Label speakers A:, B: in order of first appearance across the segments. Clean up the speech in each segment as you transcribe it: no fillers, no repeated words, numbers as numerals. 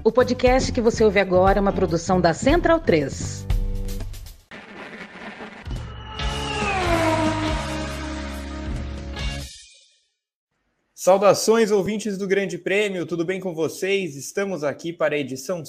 A: O podcast que você ouve agora é uma produção da Central 3.
B: Saudações, ouvintes do Grande Prêmio, tudo bem com vocês? Estamos aqui para a edição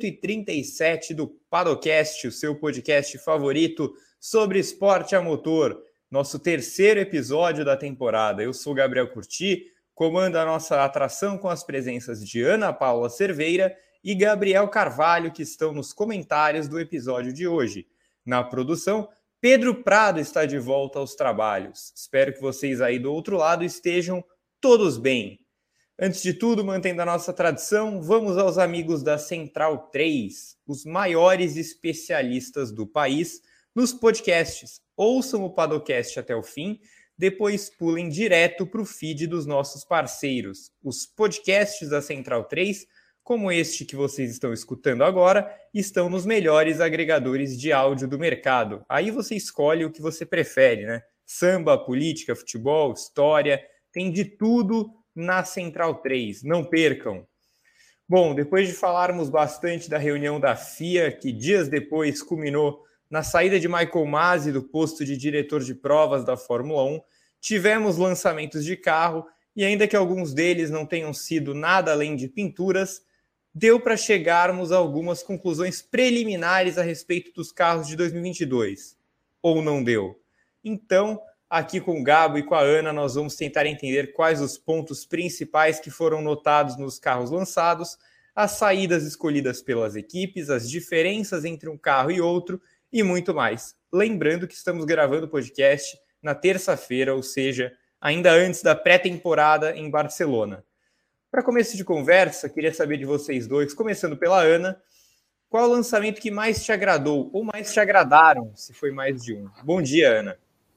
B: 137 do Paddockcast, o seu podcast favorito sobre esporte a motor. Nosso terceiro episódio da temporada. Eu sou Gabriel Curti, comando a nossa atração com as presenças de Ana Paula Cerveira e Gabriel Carvalho, que estão nos comentários do episódio de hoje. Na produção, Pedro Prado está de volta aos trabalhos. Espero que vocês aí do outro lado estejam todos bem. Antes de tudo, mantendo a nossa tradição, vamos aos amigos da Central 3, os maiores especialistas do país nos podcasts. Ouçam o Paddockcast até o fim, depois pulem direto para o feed dos nossos parceiros. Os podcasts da Central 3, como este que vocês estão escutando agora, estão nos melhores agregadores de áudio do mercado. Aí você escolhe o que você prefere, né? Samba, política, futebol, história, tem de tudo na Central 3. Não percam! Bom, depois de falarmos bastante da reunião da FIA, que dias depois culminou na saída de Michael Masi do posto de diretor de provas da Fórmula 1, tivemos lançamentos de carro e ainda que alguns deles não tenham sido nada além de pinturas, deu para chegarmos a algumas conclusões preliminares a respeito dos carros de 2022. Ou não deu? Então, aqui com o Gabo e com a Ana, nós vamos tentar entender quais os pontos principais que foram notados nos carros lançados, as saídas escolhidas pelas equipes, as diferenças entre um carro e outro e muito mais. Lembrando que estamos gravando o podcast na terça-feira, ou seja, ainda antes da pré-temporada em Barcelona. Para começo de conversa, queria saber de vocês dois, começando pela Ana, qual o lançamento que mais te agradou, ou mais te agradaram, se foi mais de um? Bom dia, Ana.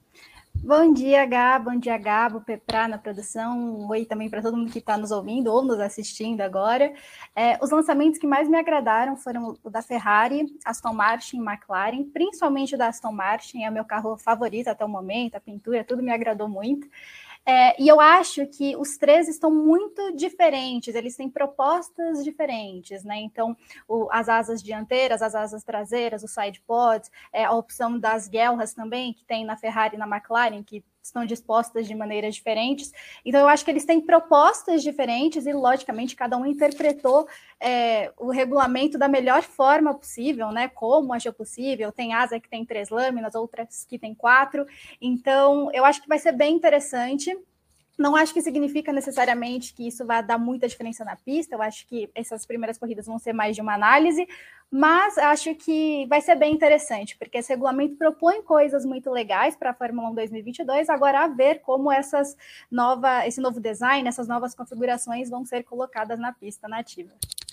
C: Bom dia, Gabo. Bom dia, Gabo, Peprá na produção. Um oi também para todo mundo que está nos ouvindo ou nos assistindo agora. Os lançamentos que mais me agradaram foram o da Ferrari, Aston Martin e McLaren, principalmente o da Aston Martin, é o meu carro favorito até o momento, a pintura, tudo me agradou muito. E eu acho que os três estão muito diferentes, eles têm propostas diferentes, né? Então, as asas dianteiras, as asas traseiras, os side pods, a opção das guelras também, que tem na Ferrari e na McLaren, que estão dispostas de maneiras diferentes. Então, eu acho que eles têm propostas diferentes e, logicamente, cada um interpretou o regulamento da melhor forma possível, né? Como achou possível. Tem asa que tem 3 lâminas, outras que tem 4. Então, eu acho que vai ser bem interessante. Não acho que significa necessariamente que isso vai dar muita diferença na pista, eu acho que essas primeiras corridas vão ser mais de uma análise, mas acho que vai ser bem interessante, porque esse regulamento propõe coisas muito legais para a Fórmula 1 2022, agora a ver como esse novo design, essas novas configurações vão ser colocadas na pista nativa.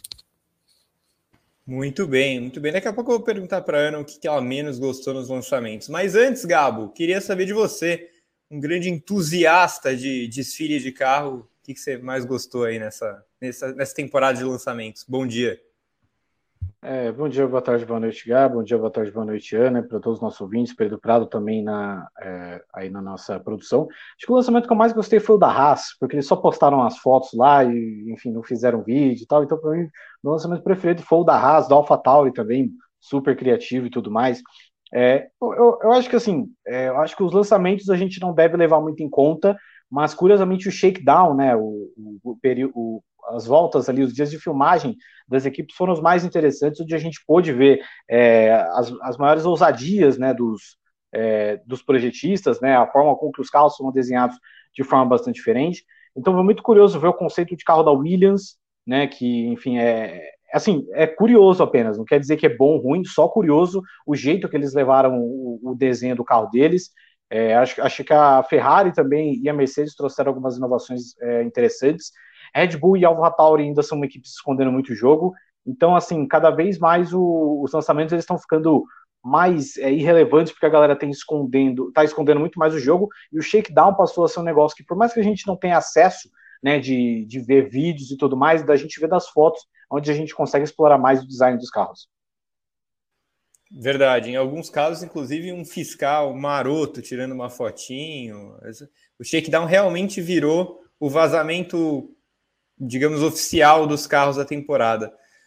B: Muito bem, muito bem. Daqui a pouco eu vou perguntar para a Ana o que ela menos gostou nos lançamentos, mas antes, Gabo, queria saber de você, um grande entusiasta de desfile de carro, o que você mais gostou aí nessa temporada de lançamentos? Bom dia.
D: Bom dia, boa tarde, boa noite, Gabo. Bom dia, boa tarde, boa noite, Ana, para todos os nossos ouvintes, Pedro Prado também aí na nossa produção. Acho que o lançamento que eu mais gostei foi o da Haas, porque eles só postaram as fotos lá e, enfim, não fizeram vídeo e tal. Então, para mim, o lançamento preferido foi o da Haas, da AlphaTauri também, super criativo e tudo mais. Eu acho que assim, eu acho que os lançamentos a gente não deve levar muito em conta, mas curiosamente o shakedown, né, as voltas ali, os dias de filmagem das equipes foram os mais interessantes, onde a gente pôde ver as maiores ousadias, né, dos projetistas, né, a forma como que os carros foram desenhados de forma bastante diferente. Então foi muito curioso ver o conceito de carro da Williams, né, que enfim é curioso apenas, não quer dizer que é bom ou ruim, só curioso o jeito que eles levaram o desenho do carro deles. Acho que a Ferrari também e a Mercedes trouxeram algumas inovações interessantes. Red Bull e AlphaTauri ainda são uma equipe escondendo muito o jogo, então assim, cada vez mais os lançamentos eles estão ficando mais irrelevantes, porque a galera tá escondendo muito mais o jogo, e o shakedown passou a ser um negócio que, por mais que a gente não tenha acesso, né, de ver vídeos e tudo mais, da gente ver das fotos, onde a gente consegue explorar mais o design dos carros.
B: Verdade, em alguns casos, inclusive, um fiscal maroto tirando uma fotinho. O shakedown realmente virou o vazamento, digamos, oficial dos carros da temporada.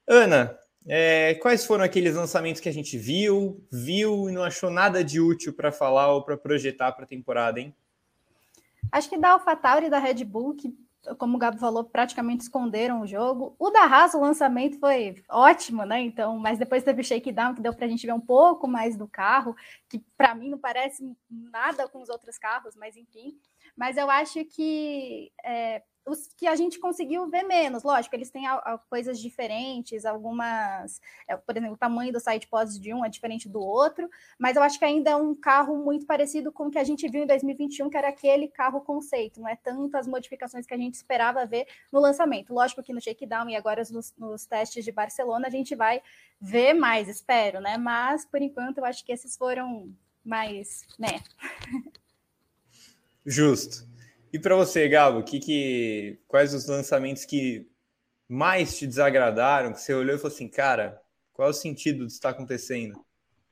B: Ana, quais foram aqueles lançamentos que a gente viu e não achou nada de útil para falar ou para projetar para a temporada, hein?
C: Acho que da AlphaTauri e da Red Bull, que, como o Gabo falou, praticamente esconderam o jogo. O da Haas, o lançamento foi ótimo, né? Então, mas depois teve o shakedown, que deu para a gente ver um pouco mais do carro, que para mim não parece nada com os outros carros, mas enfim. Mas eu acho que os que a gente conseguiu ver menos, lógico, eles têm coisas diferentes, algumas, por exemplo, o tamanho do side pods de um é diferente do outro, mas eu acho que ainda é um carro muito parecido com o que a gente viu em 2021, que era aquele carro conceito, não é tanto as modificações que a gente esperava ver no lançamento. Lógico que no shakedown e agora nos testes de Barcelona a gente vai ver mais, espero, né? Mas, por enquanto, eu acho que esses foram mais, né?
B: Justo. E para você, Gabo, quais os lançamentos que mais te desagradaram, que você olhou e falou assim, cara, qual é o sentido disso estar acontecendo?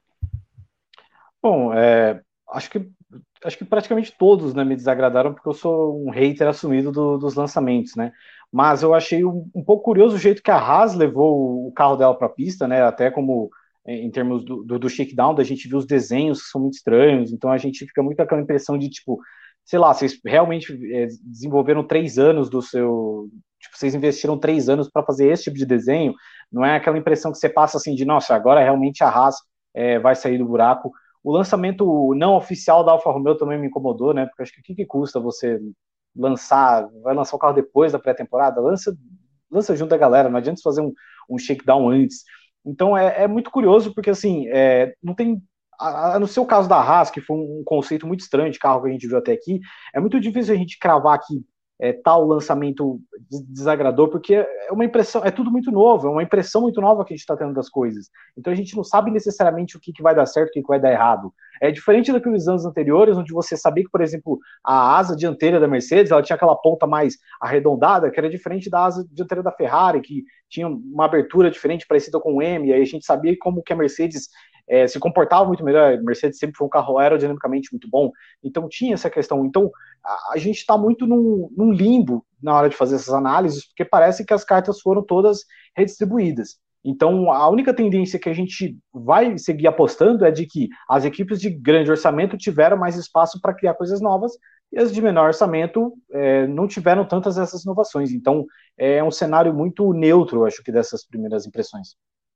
D: Bom, acho que praticamente todos, né, me desagradaram, porque eu sou um hater assumido dos lançamentos, né? Mas eu achei um pouco curioso o jeito que a Haas levou o carro dela para a pista, né? Até como em termos do shakedown, da gente viu os desenhos que são muito estranhos, então a gente fica muito com aquela impressão de, tipo, sei lá, vocês realmente desenvolveram 3 anos do seu... Tipo, vocês investiram 3 anos para fazer esse tipo de desenho, não é aquela impressão que você passa assim de, nossa, agora realmente a Haas vai sair do buraco. O lançamento não oficial da Alfa Romeo também me incomodou, né? Porque acho que o que custa você vai lançar o carro depois da pré-temporada? Lança junto da galera, não adianta fazer um shakedown antes. Então é muito curioso, porque assim, não tem. No seu caso da Haas, que foi um conceito muito estranho de carro que a gente viu até aqui, é muito difícil a gente cravar que tal lançamento desagradou, porque é uma impressão, é tudo muito novo, é uma impressão muito nova que a gente está tendo das coisas. Então a gente não sabe necessariamente o que vai dar certo, o que vai dar errado. É diferente daqueles anos anteriores, onde você sabia que, por exemplo, a asa dianteira da Mercedes, ela tinha aquela ponta mais arredondada, que era diferente da asa dianteira da Ferrari, que tinha uma abertura diferente, parecida com o M, e aí a gente sabia como que a Mercedes se comportava muito melhor. A Mercedes sempre foi um carro aerodinamicamente muito bom, então tinha essa questão. Então a gente está muito num limbo na hora de fazer essas análises, porque parece que as cartas foram todas redistribuídas. Então a única tendência que a gente vai seguir apostando é de que as equipes de grande orçamento tiveram mais espaço para criar coisas novas, e as de menor orçamento não tiveram tantas essas inovações. Então é um cenário muito neutro, acho que, dessas primeiras impressões.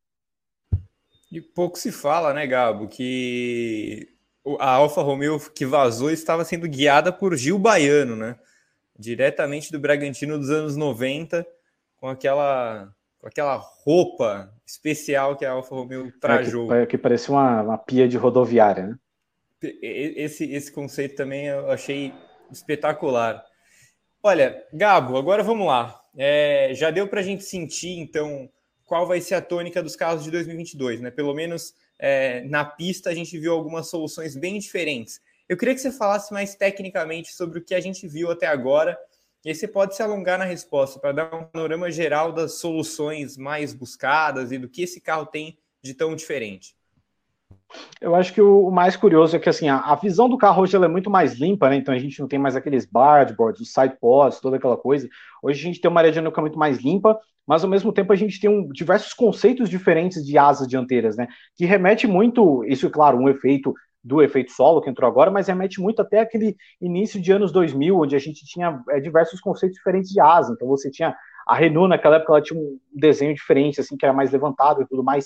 B: E pouco se fala, né, Gabo, que a Alfa Romeo que vazou estava sendo guiada por Gil Baiano, né? Diretamente do Bragantino dos anos 90, com aquela roupa especial que a Alfa Romeo trajou.
D: Que parecia uma pia de rodoviária, né?
B: Esse conceito também eu achei espetacular. Olha, Gabo, agora vamos lá. Já deu para a gente sentir, então, qual vai ser a tônica dos carros de 2022, né? Pelo menos na pista a gente viu algumas soluções bem diferentes. Eu queria que você falasse mais tecnicamente sobre o que a gente viu até agora, e aí você pode se alongar na resposta para dar um panorama geral das soluções mais buscadas e do que esse carro tem de tão diferente.
D: Eu acho que o mais curioso é que assim, a visão do carro hoje ela é muito mais limpa, né? Então a gente não tem mais aqueles bargeboards, os side pods, toda aquela coisa. Hoje a gente tem uma aerodinâmica muito mais limpa, mas ao mesmo tempo a gente tem diversos conceitos diferentes de asas dianteiras, né? Que remete muito, isso é claro, um efeito do efeito solo que entrou agora, mas remete muito até aquele início de anos 2000, onde a gente tinha diversos conceitos diferentes de asa. Então você tinha a Renault naquela época, ela tinha um desenho diferente, assim, que era mais levantado e tudo mais.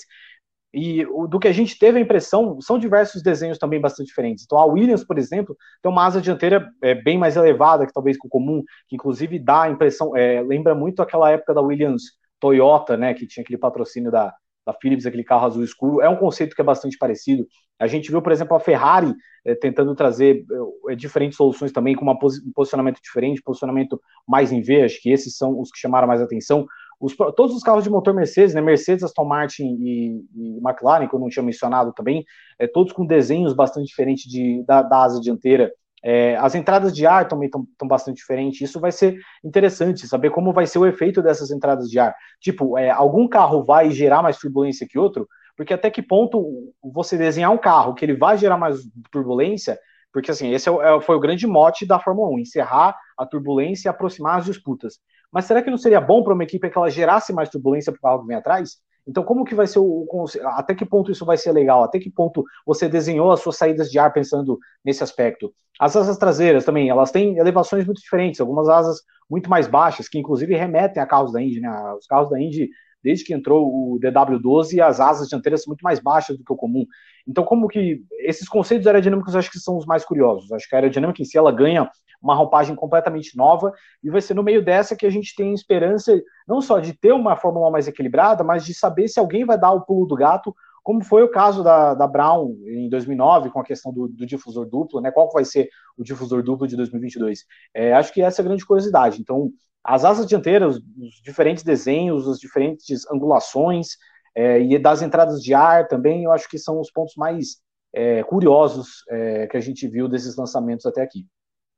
D: E do que a gente teve a impressão, são diversos desenhos também bastante diferentes. Então a Williams, por exemplo, tem uma asa dianteira bem mais elevada que talvez que o comum, que inclusive dá a impressão, lembra muito aquela época da Williams Toyota, né, que tinha aquele patrocínio da Philips, aquele carro azul escuro. É um conceito que é bastante parecido. A gente viu, por exemplo, a Ferrari tentando trazer diferentes soluções também, com um posicionamento diferente, posicionamento mais em V, acho que esses são os que chamaram mais atenção. Todos os carros de motor Mercedes, né, Mercedes, Aston Martin e McLaren, que eu não tinha mencionado também, todos com desenhos bastante diferentes da asa dianteira. As entradas de ar também estão bastante diferentes. Isso vai ser interessante, saber como vai ser o efeito dessas entradas de ar. Tipo, algum carro vai gerar mais turbulência que outro? Porque até que ponto você desenhar um carro que ele vai gerar mais turbulência? Porque assim, esse foi o grande mote da Fórmula 1, encerrar a turbulência e aproximar as disputas. mas será que não seria bom para uma equipe que ela gerasse mais turbulência para o carro que vem atrás? Então, como que vai ser até que ponto isso vai ser legal? Até que ponto você desenhou as suas saídas de ar pensando nesse aspecto? As asas traseiras também, elas têm elevações muito diferentes, algumas asas muito mais baixas, que inclusive remetem a carros da Indy, né? Os carros da Indy, desde que entrou o DW12, as asas dianteiras são muito mais baixas do que o comum. Então, como que esses conceitos aerodinâmicos eu acho que são os mais curiosos. Acho que a aerodinâmica em si, ela ganha uma roupagem completamente nova, e vai ser no meio dessa que a gente tem esperança não só de ter uma Fórmula 1 mais equilibrada, mas de saber se alguém vai dar o pulo do gato, como foi o caso da Brown em 2009, com a questão do difusor duplo, né? Qual vai ser o difusor duplo de 2022? Acho que essa é a grande curiosidade. Então, as asas dianteiras, os diferentes desenhos, as diferentes angulações, e das entradas de ar também, eu acho que são os pontos mais curiosos que a gente viu desses lançamentos até aqui.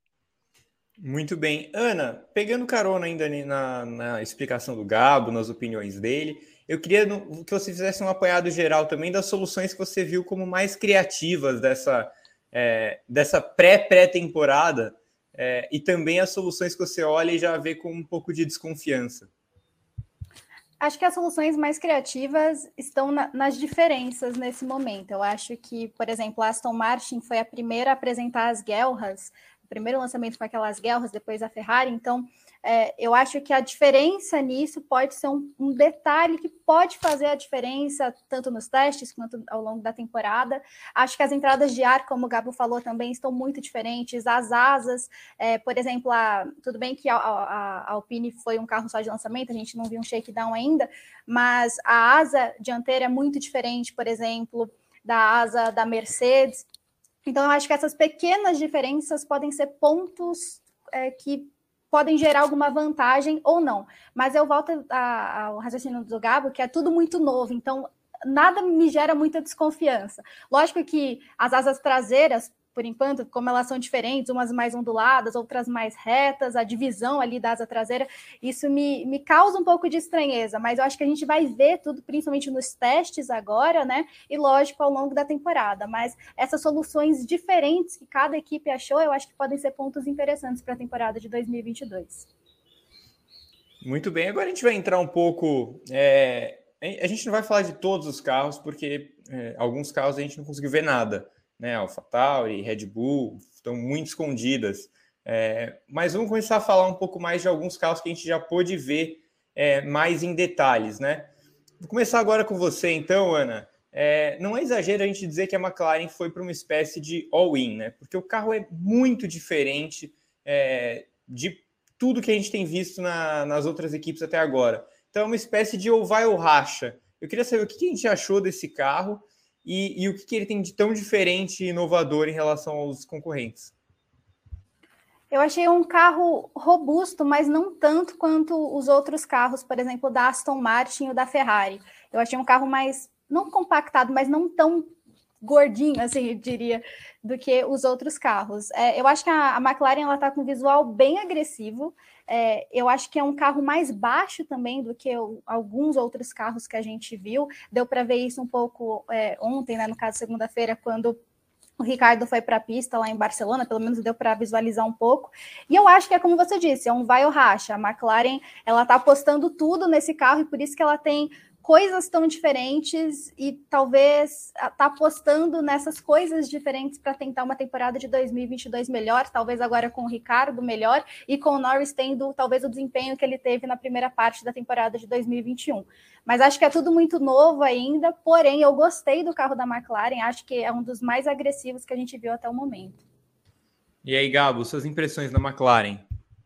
B: Muito bem. Ana, pegando carona ainda na explicação do Gabo, nas opiniões dele, eu queria que você fizesse um apanhado geral também das soluções que você viu como mais criativas dessa pré-temporada, e também as soluções que você olha e já vê com um pouco de desconfiança.
C: Acho que as soluções mais criativas estão nas diferenças nesse momento. Eu acho que, por exemplo, a Aston Martin foi a primeira a apresentar as guelras. O primeiro lançamento foi aquelas guelras, depois a Ferrari. Então, eu acho que a diferença nisso pode ser um detalhe que pode fazer a diferença, tanto nos testes quanto ao longo da temporada. Acho que as entradas de ar, como o Gabo falou também, estão muito diferentes. As asas, por exemplo, tudo bem que a Alpine foi um carro só de lançamento, a gente não viu um shakedown ainda, mas a asa dianteira é muito diferente, por exemplo, da asa da Mercedes. Então, eu acho que essas pequenas diferenças podem ser pontos que podem gerar alguma vantagem ou não. Mas eu volto ao raciocínio do Gabo, que é tudo muito novo, então nada me gera muita desconfiança. Lógico que as asas traseiras, por enquanto, como elas são diferentes, umas mais onduladas, outras mais retas, a divisão ali da asa traseira, isso me causa um pouco de estranheza, mas eu acho que a gente vai ver tudo, principalmente nos testes agora, né? E lógico, ao longo da temporada. Mas essas soluções diferentes que cada equipe achou, eu acho que podem ser pontos interessantes para a temporada de 2022.
B: Muito bem, agora a gente vai entrar um pouco... a gente não vai falar de todos os carros, porque alguns carros a gente não conseguiu ver nada, né? AlphaTauri, Red Bull estão muito escondidas, mas vamos começar a falar um pouco mais de alguns carros que a gente já pôde ver mais em detalhes, né? Vou começar agora com você então, Ana. Não é exagero a gente dizer que a McLaren foi para uma espécie de all-in, né? Porque o carro é muito diferente de tudo que a gente tem visto nas outras equipes até agora. Então é uma espécie de ou vai ou racha. Eu queria saber o que a gente achou desse carro e o que ele tem de tão diferente e inovador em relação aos concorrentes.
C: Eu achei um carro robusto, mas não tanto quanto os outros carros, por exemplo, da Aston Martin ou da Ferrari. Eu achei um carro mais, não compactado, mas não tão gordinho, assim, eu diria, do que os outros carros. Eu acho que a McLaren ela está com um visual bem agressivo. Eu acho que é um carro mais baixo também do que alguns outros carros que a gente viu. Deu para ver isso um pouco ontem, né, no caso, segunda-feira, quando o Ricardo foi para a pista lá em Barcelona, pelo menos deu para visualizar um pouco. E eu acho que é como você disse, é um vai ou racha. A McLaren ela está apostando tudo nesse carro e por isso que ela tem coisas tão diferentes e talvez tá apostando nessas coisas diferentes para tentar uma temporada de 2022 melhor, talvez agora com o Ricardo melhor e com o Norris tendo talvez o desempenho que ele teve na primeira parte da temporada de 2021. Mas acho que é tudo muito novo ainda, porém eu gostei do carro da McLaren, acho que é um dos mais agressivos que a gente viu até o momento.
B: E aí, Gabo, suas impressões da McLaren?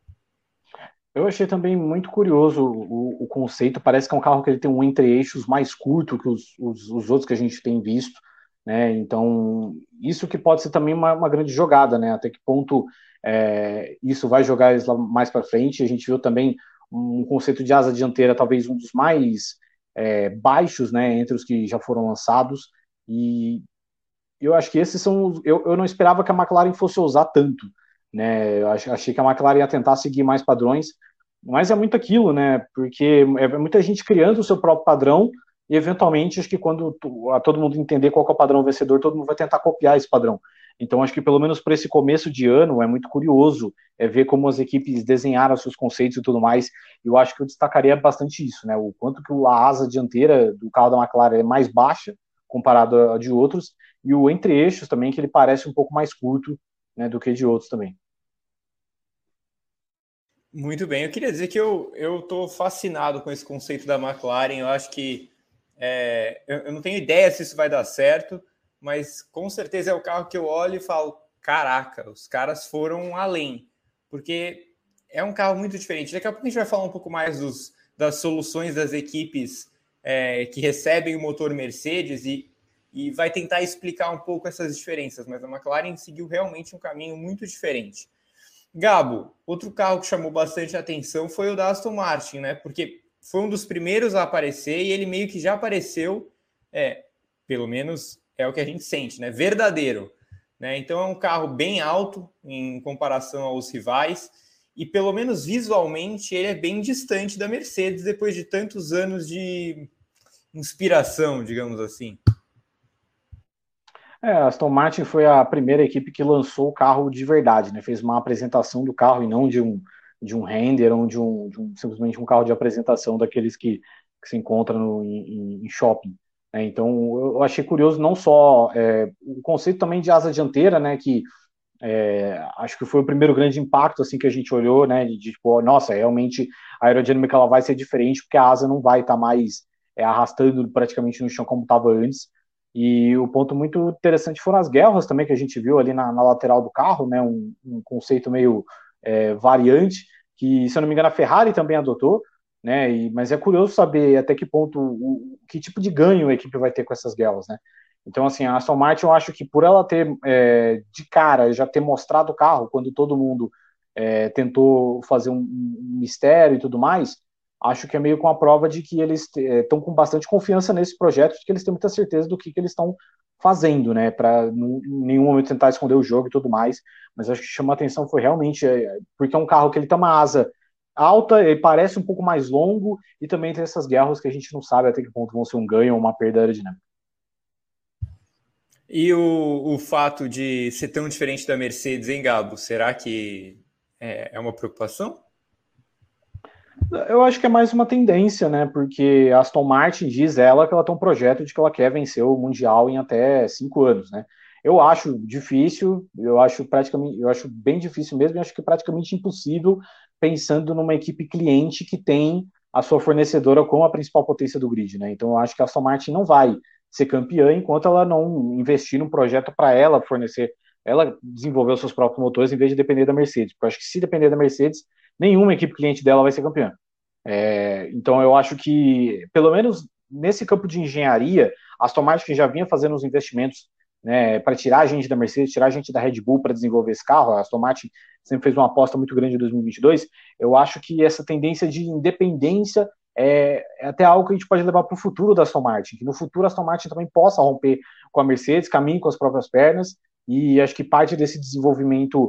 D: Eu achei também muito curioso o conceito. Parece que é um carro que ele tem um entre-eixos mais curto que os outros que a gente tem visto, né? Então, isso que pode ser também uma grande jogada, né? Até que ponto isso vai jogar eles lá mais para frente. A gente viu também um conceito de asa dianteira, talvez um dos mais baixos, né? Entre os que já foram lançados. E eu acho que esses são... Eu não esperava que a McLaren fosse usar tanto, né? Eu achei que a McLaren ia tentar seguir mais padrões, mas é muito aquilo, né? Porque é muita gente criando o seu próprio padrão e eventualmente acho que quando todo mundo entender qual que é o padrão vencedor, todo mundo vai tentar copiar esse padrão. Então acho que pelo menos para esse começo de ano é muito curioso ver como as equipes desenharam seus conceitos e tudo mais. Eu acho que eu destacaria bastante isso, né? O quanto que a asa dianteira do carro da McLaren é mais baixa comparado a de outros, e o entre-eixos também, que ele parece um pouco mais curto, né, do que de outros também.
B: Muito bem, eu queria dizer que eu estou fascinado com esse conceito da McLaren. Eu acho que eu não tenho ideia se isso vai dar certo, mas com certeza é o carro que eu olho e falo, caraca, os caras foram além, porque é um carro muito diferente. Daqui a pouco a gente vai falar um pouco mais das soluções das equipes que recebem o motor Mercedes e vai tentar explicar um pouco essas diferenças, mas a McLaren seguiu realmente um caminho muito diferente. Gabo, outro carro que chamou bastante atenção foi o da Aston Martin, né? Porque foi um dos primeiros a aparecer e ele meio que já apareceu, pelo menos é o que a gente sente, né? Verdadeiro, né? Então é um carro bem alto em comparação aos rivais e pelo menos visualmente ele é bem distante da Mercedes depois de tantos anos de inspiração, digamos assim.
D: A Aston Martin foi a primeira equipe que lançou o carro de verdade, né? Fez uma apresentação do carro e não de um render ou simplesmente um carro de apresentação daqueles que se encontram em shopping. Né? Então, eu achei curioso não só o conceito também de asa dianteira, né? Que acho que foi o primeiro grande impacto assim que a gente olhou, né? De tipo, nossa, realmente a aerodinâmica ela vai ser diferente porque a asa não vai estar mais arrastando praticamente no chão como estava antes. E o ponto muito interessante foram as guerras também que a gente viu ali na lateral do carro, né? Um conceito meio variante que, se eu não me engano, a Ferrari também adotou, né? Mas é curioso saber até que ponto, que tipo de ganho a equipe vai ter com essas guerras, né? Então, assim, a Aston Martin, eu acho que por ela ter, de cara, já ter mostrado o carro, quando todo mundo tentou fazer um mistério e tudo mais, acho que é meio com a prova de que eles estão com bastante confiança nesse projeto, de que eles têm muita certeza do que eles estão fazendo, né, para em nenhum momento tentar esconder o jogo e tudo mais, mas acho que chamou a atenção foi realmente, porque é um carro que ele tem uma asa alta, ele parece um pouco mais longo, e também tem essas guerras que a gente não sabe até que ponto vão ser um ganho ou uma perda aerodinâmica.
B: E o fato de ser tão diferente da Mercedes, hein, Gabo? Será que é uma preocupação?
D: Eu acho que é mais uma tendência, né? Porque a Aston Martin diz ela que ela tem um projeto de que ela quer vencer o Mundial em até 5 anos, né? Eu acho difícil, eu acho bem difícil mesmo, e acho que praticamente impossível, pensando numa equipe cliente que tem a sua fornecedora como a principal potência do grid, né? Então eu acho que a Aston Martin não vai ser campeã enquanto ela não investir num projeto para ela fornecer, ela desenvolver os seus próprios motores em vez de depender da Mercedes. Porque eu acho que se depender da Mercedes, nenhuma equipe cliente dela vai ser campeã. Então eu acho que, pelo menos nesse campo de engenharia, a Aston Martin já vinha fazendo os investimentos, né, para tirar a gente da Mercedes, tirar a gente da Red Bull para desenvolver esse carro. A Aston Martin sempre fez uma aposta muito grande em 2022. Eu acho que essa tendência de independência é até algo que a gente pode levar para o futuro da Aston Martin, que no futuro a Aston Martin também possa romper com a Mercedes, caminhe com as próprias pernas, e acho que parte desse desenvolvimento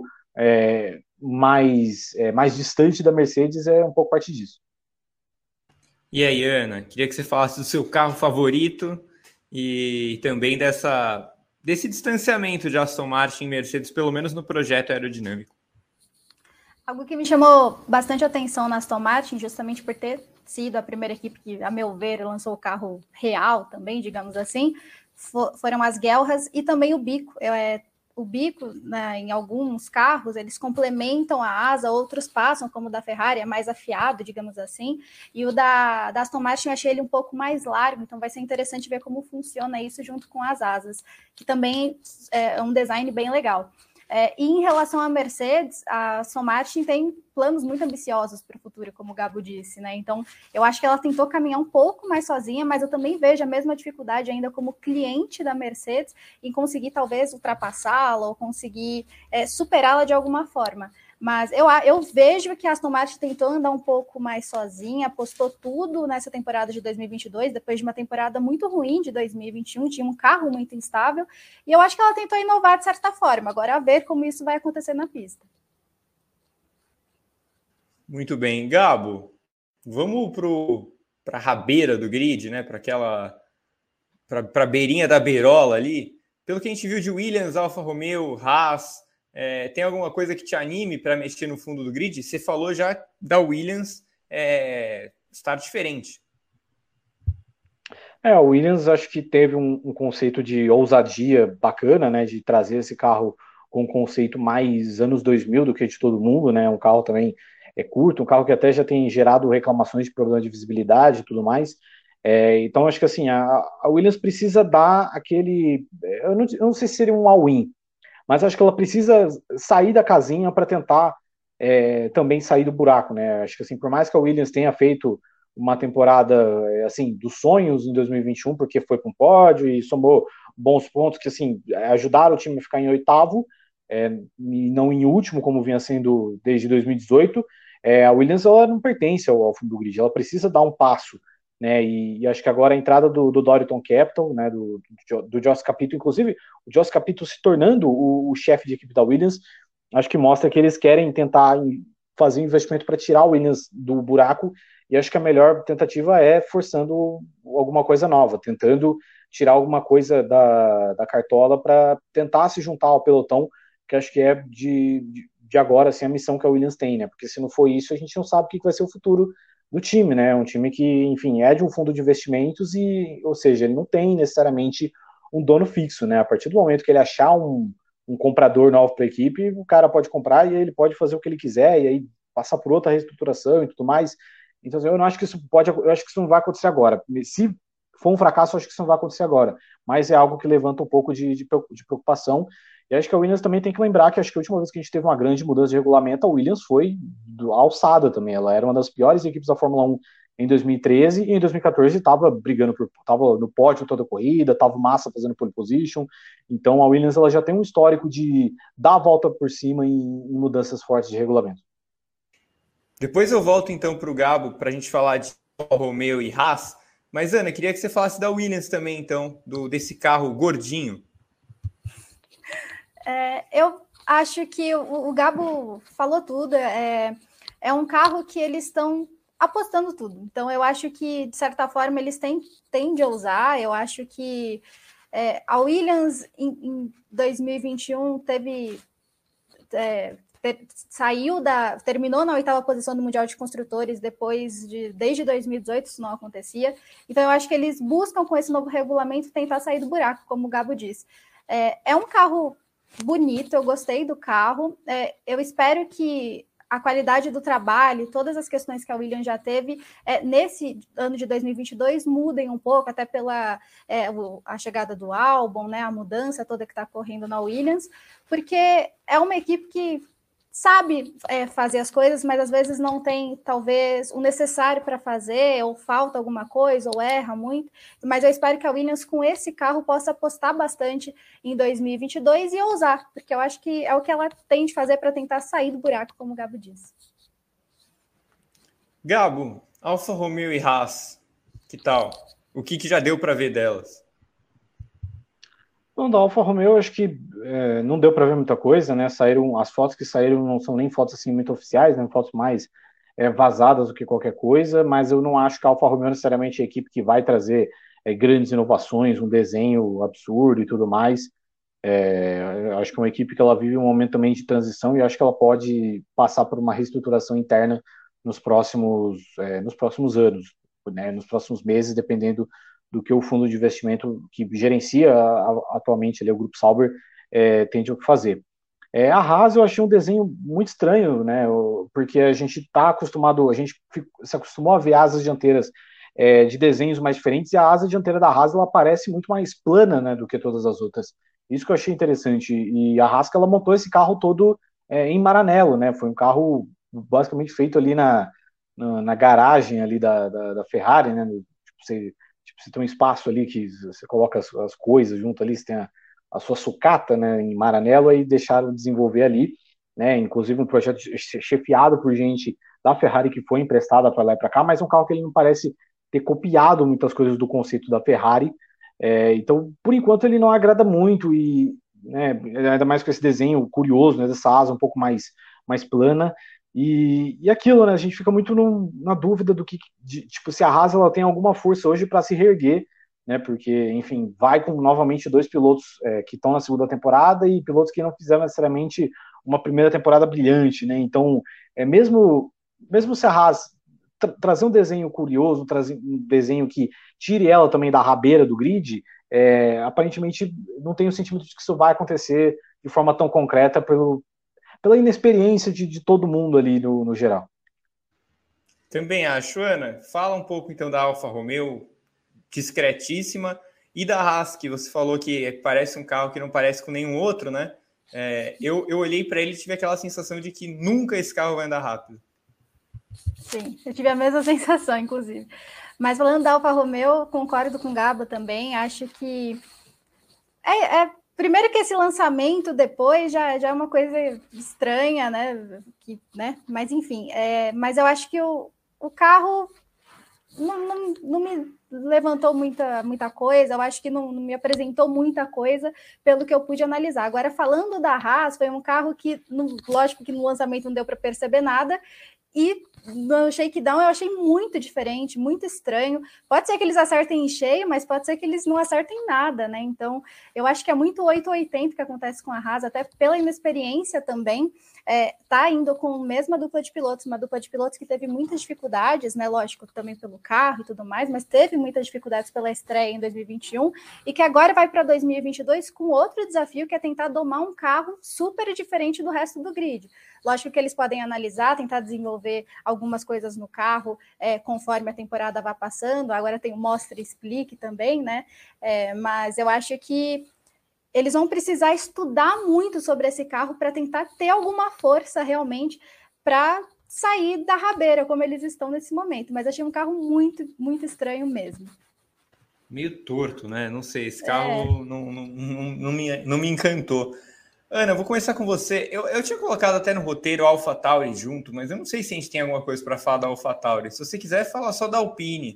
D: mais distante da Mercedes é um pouco parte disso.
B: E aí, Ana, queria que você falasse do seu carro favorito e também desse distanciamento de Aston Martin e Mercedes, pelo menos no projeto aerodinâmico.
C: Algo que me chamou bastante atenção na Aston Martin, justamente por ter sido a primeira equipe que, a meu ver, lançou o carro real também, digamos assim, foram as guerras e também o bico. O bico, né, em alguns carros, eles complementam a asa, outros passam, como o da Ferrari, é mais afiado, digamos assim, e o da Aston Martin eu achei ele um pouco mais largo, então vai ser interessante ver como funciona isso junto com as asas, que também é um design bem legal. E em relação à Mercedes, a Aston Martin tem planos muito ambiciosos para o futuro, como o Gabo disse, né? Então, eu acho que ela tentou caminhar um pouco mais sozinha, mas eu também vejo a mesma dificuldade ainda como cliente da Mercedes em conseguir, talvez, ultrapassá-la ou conseguir superá-la de alguma forma. Mas eu vejo que a Aston Martin tentou andar um pouco mais sozinha, apostou tudo nessa temporada de 2022, depois de uma temporada muito ruim de 2021, tinha um carro muito instável, e eu acho que ela tentou inovar de certa forma. Agora, a ver como isso vai acontecer na pista.
B: Muito bem. Gabo, vamos a rabeira do grid, né? Para a beirinha da beirola ali. Pelo que a gente viu de Williams, Alfa Romeo, Haas, tem alguma coisa que te anime para mexer no fundo do grid? Você falou já da Williams estar diferente.
D: O Williams acho que teve um conceito de ousadia bacana, né, de trazer esse carro com um conceito mais anos 2000 do que de todo mundo, né, um carro também curto, um carro que até já tem gerado reclamações de problema de visibilidade e tudo mais. Então acho que assim, a Williams precisa dar aquele, eu não sei se seria um all-in, mas acho que ela precisa sair da casinha para tentar também sair do buraco, né, acho que assim, por mais que a Williams tenha feito uma temporada assim dos sonhos em 2021, porque foi com pódio e somou bons pontos que assim ajudaram o time a ficar em oitavo e não em último como vinha sendo desde 2018. A Williams ela não pertence ao fundo do grid, ela precisa dar um passo, né? E acho que agora a entrada do Dorilton Capital, né? Do Joss Capito, inclusive o Joss Capito se tornando o chefe de equipe da Williams, acho que mostra que eles querem tentar fazer um investimento para tirar o Williams do buraco. E acho que a melhor tentativa é forçando alguma coisa nova, tentando tirar alguma coisa da cartola para tentar se juntar ao pelotão, que acho que é de agora assim, a missão que a Williams tem, né? Porque se não for isso, a gente não sabe o que vai ser o futuro do time, né? Um time que, enfim, é de um fundo de investimentos ou seja, ele não tem necessariamente um dono fixo, né? A partir do momento que ele achar um comprador novo para a equipe, o cara pode comprar e ele pode fazer o que ele quiser e aí passar por outra reestruturação e tudo mais. Então, eu não acho que eu acho que isso não vai acontecer agora. Se for um fracasso, eu acho que isso não vai acontecer agora. Mas é algo que levanta um pouco de preocupação. E acho que a Williams também tem que lembrar que acho que a última vez que a gente teve uma grande mudança de regulamento, a Williams foi alçada também. Ela era uma das piores equipes da Fórmula 1 em 2013 e em 2014 estava estava no pódio toda a corrida, estava Massa fazendo pole position. Então a Williams ela já tem um histórico de dar a volta por cima em mudanças fortes de regulamento.
B: Depois eu volto então para o Gabo para a gente falar de Alfa Romeo e Haas. Mas Ana, queria que você falasse da Williams também, então, desse carro gordinho.
C: Eu acho que o Gabo falou tudo. É um carro que eles estão apostando tudo. Então, eu acho que, de certa forma, eles tendem a usar. Eu acho que a Williams, em 2021, terminou na 8ª posição do Mundial de Construtores desde 2018, isso não acontecia. Então, eu acho que eles buscam, com esse novo regulamento, tentar sair do buraco, como o Gabo disse. É um carro bonito, eu gostei do carro. Eu espero que a qualidade do trabalho, todas as questões que a Williams já teve nesse ano de 2022 mudem um pouco, até pela a chegada do álbum, né, a mudança toda que está ocorrendo na Williams, porque é uma equipe que sabe fazer as coisas, mas às vezes não tem, talvez, o necessário para fazer, ou falta alguma coisa, ou erra muito. Mas eu espero que a Williams, com esse carro, possa apostar bastante em 2022 e ousar, porque eu acho que é o que ela tem de fazer para tentar sair do buraco, como o Gabo disse.
B: Gabo, Alfa Romeo e Haas, que tal? O que já deu para ver delas?
D: Bom, da Alfa Romeo, acho que não deu para ver muita coisa, né? As fotos que saíram não são nem fotos assim muito oficiais, né? Fotos mais vazadas do que qualquer coisa, mas eu não acho que a Alfa Romeo necessariamente é a equipe que vai trazer grandes inovações, um desenho absurdo e tudo mais. Eu acho que é uma equipe que ela vive um momento também de transição e acho que ela pode passar por uma reestruturação interna nos próximos anos, né? Nos próximos meses, dependendo do que o fundo de investimento que gerencia atualmente ali, o Grupo Sauber tende a fazer. A Haas eu achei um desenho muito estranho, né? Porque a gente está acostumado, a gente se acostumou a ver asas dianteiras de desenhos mais diferentes e a asa dianteira da Haas ela parece muito mais plana, né, do que todas as outras. Isso que eu achei interessante. E a Haas ela montou esse carro todo em Maranello, né? Foi um carro basicamente feito ali na garagem ali da Ferrari, né? Você tem um espaço ali que você coloca as coisas junto ali, você tem a sua sucata, né, em Maranello, e deixaram desenvolver ali, né, inclusive um projeto chefiado por gente da Ferrari que foi emprestada para lá e para cá, mas um carro que ele não parece ter copiado muitas coisas do conceito da Ferrari, então, por enquanto, ele não agrada muito, e né, ainda mais com esse desenho curioso, né, dessa asa um pouco mais plana. E aquilo, né? A gente fica muito na dúvida do que, tipo, se a Haas ela tem alguma força hoje para se reerguer, né? Porque, enfim, vai com novamente dois pilotos que estão na segunda temporada e pilotos que não fizeram necessariamente uma primeira temporada brilhante, né? Então, mesmo se a Haas trazer um desenho curioso, trazer um desenho que tire ela também da rabeira do grid, aparentemente não tenho o sentimento de que isso vai acontecer de forma tão concreta pela inexperiência de todo mundo ali no geral.
B: Também acho. Ana, fala um pouco então da Alfa Romeo, discretíssima, e da Haas, que você falou que parece um carro que não parece com nenhum outro, né? Eu olhei para ele e tive aquela sensação de que nunca esse carro vai andar rápido.
C: Sim, eu tive a mesma sensação, inclusive. Mas falando da Alfa Romeo, concordo com o Gabo também, acho que primeiro que esse lançamento depois já é uma coisa estranha, né? Mas enfim, mas eu acho que o carro não me levantou muita coisa, eu acho que não me apresentou muita coisa pelo que eu pude analisar. Agora, falando da Haas, foi um carro que, lógico que no lançamento não deu para perceber nada, e no shakedown eu achei muito diferente, muito estranho. Pode ser que eles acertem em cheio, mas pode ser que eles não acertem nada, né? Então, eu acho que é muito 880 que acontece com a Haas, até pela inexperiência também. Tá indo com a mesma dupla de pilotos, uma dupla de pilotos que teve muitas dificuldades, né? Lógico, também pelo carro e tudo mais, mas teve muitas dificuldades pela estreia em 2021 e que agora vai para 2022 com outro desafio, que é tentar domar um carro super diferente do resto do grid. Lógico que eles podem analisar, tentar desenvolver algumas coisas no carro conforme a temporada vai passando. Agora tem o Mostra e Explique também, né? Mas eu acho que eles vão precisar estudar muito sobre esse carro para tentar ter alguma força realmente para sair da rabeira, como eles estão nesse momento. Mas achei um carro muito, muito estranho mesmo.
B: Meio torto, né? Não sei, esse carro não me encantou. Ana, eu vou começar com você. Eu tinha colocado até no roteiro AlphaTauri junto, mas eu não sei se a gente tem alguma coisa para falar da AlphaTauri. Se você quiser, fala só da Alpine.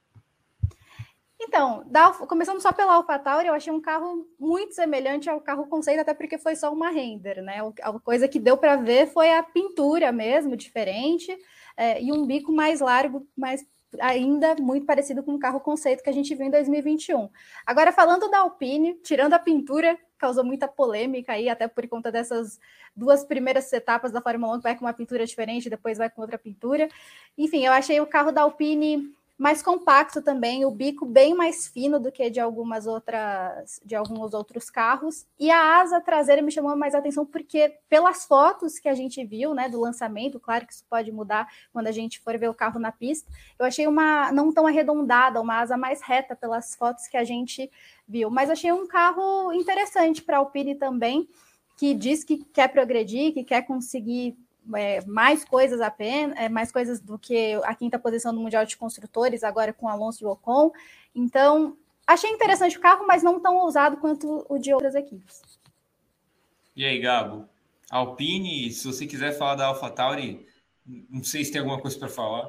C: Então, começando só pela AlphaTauri, eu achei um carro muito semelhante ao carro conceito, até porque foi só uma render, né? A coisa que deu para ver foi a pintura mesmo, diferente, e um bico mais largo, mas ainda muito parecido com o carro conceito que a gente viu em 2021. Agora, falando da Alpine, tirando a pintura, causou muita polêmica aí, até por conta dessas duas primeiras etapas da Fórmula 1, que vai com uma pintura diferente, depois vai com outra pintura. Enfim, eu achei o carro da Alpine mais compacto também, o bico bem mais fino do que de alguns outros carros, e a asa traseira me chamou mais atenção porque pelas fotos que a gente viu, né, do lançamento, claro que isso pode mudar quando a gente for ver o carro na pista, eu achei uma não tão arredondada, uma asa mais reta pelas fotos que a gente viu, mas achei um carro interessante para a Alpine também, que diz que quer progredir, que quer conseguir mais coisas mais coisas do que a quinta posição do Mundial de Construtores, agora com Alonso e Ocon. Então, achei interessante o carro, mas não tão ousado quanto o de outras equipes.
B: E aí, Gabo? Alpine, se você quiser falar da AlphaTauri, não sei se tem alguma coisa para falar.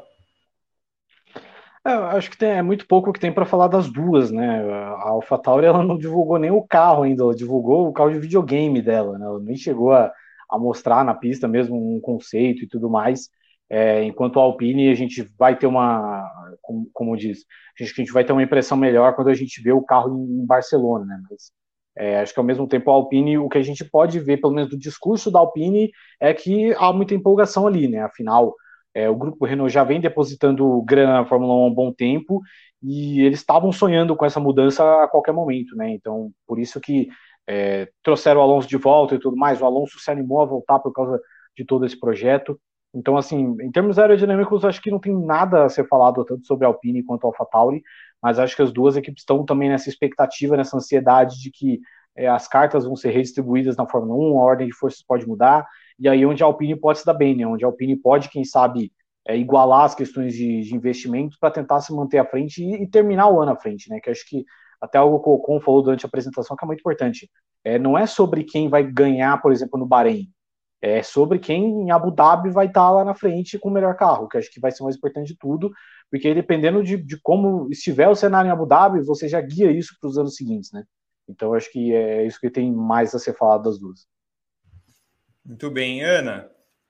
D: Eu acho que é muito pouco que tem para falar das duas, né? A AlphaTauri ela não divulgou nem o carro ainda, ela divulgou o carro de videogame dela, né? Ela nem chegou a mostrar na pista mesmo um conceito e tudo mais. Enquanto a Alpine, a gente vai ter como diz, a gente vai ter uma impressão melhor quando a gente vê o carro em Barcelona, né? Mas acho que ao mesmo tempo a Alpine, o que a gente pode ver, pelo menos do discurso da Alpine, é que há muita empolgação ali, né? Afinal, o grupo Renault já vem depositando grana na Fórmula 1 há um bom tempo e eles estavam sonhando com essa mudança a qualquer momento, né? Então, por isso que trouxeram o Alonso de volta e tudo mais. O Alonso se animou a voltar por causa de todo esse projeto. Então, assim, em termos aerodinâmicos, acho que não tem nada a ser falado tanto sobre a Alpine quanto a AlphaTauri, mas acho que as duas equipes estão também nessa expectativa, nessa ansiedade de que as cartas vão ser redistribuídas na Fórmula 1, a ordem de forças pode mudar, e aí onde a Alpine pode se dar bem, né? Onde a Alpine pode, quem sabe, igualar as questões de investimentos para tentar se manter à frente e terminar o ano à frente, né? Que acho que até algo que o Ocon falou durante a apresentação que é muito importante. Não é sobre quem vai ganhar, por exemplo, no Bahrein. É sobre quem em Abu Dhabi vai estar lá na frente com o melhor carro, que acho que vai ser mais importante de tudo, porque dependendo de como estiver o cenário em Abu Dhabi, você já guia isso para os anos seguintes, né? Então acho que é isso que tem mais a ser falado das duas.
B: Muito bem, Ana.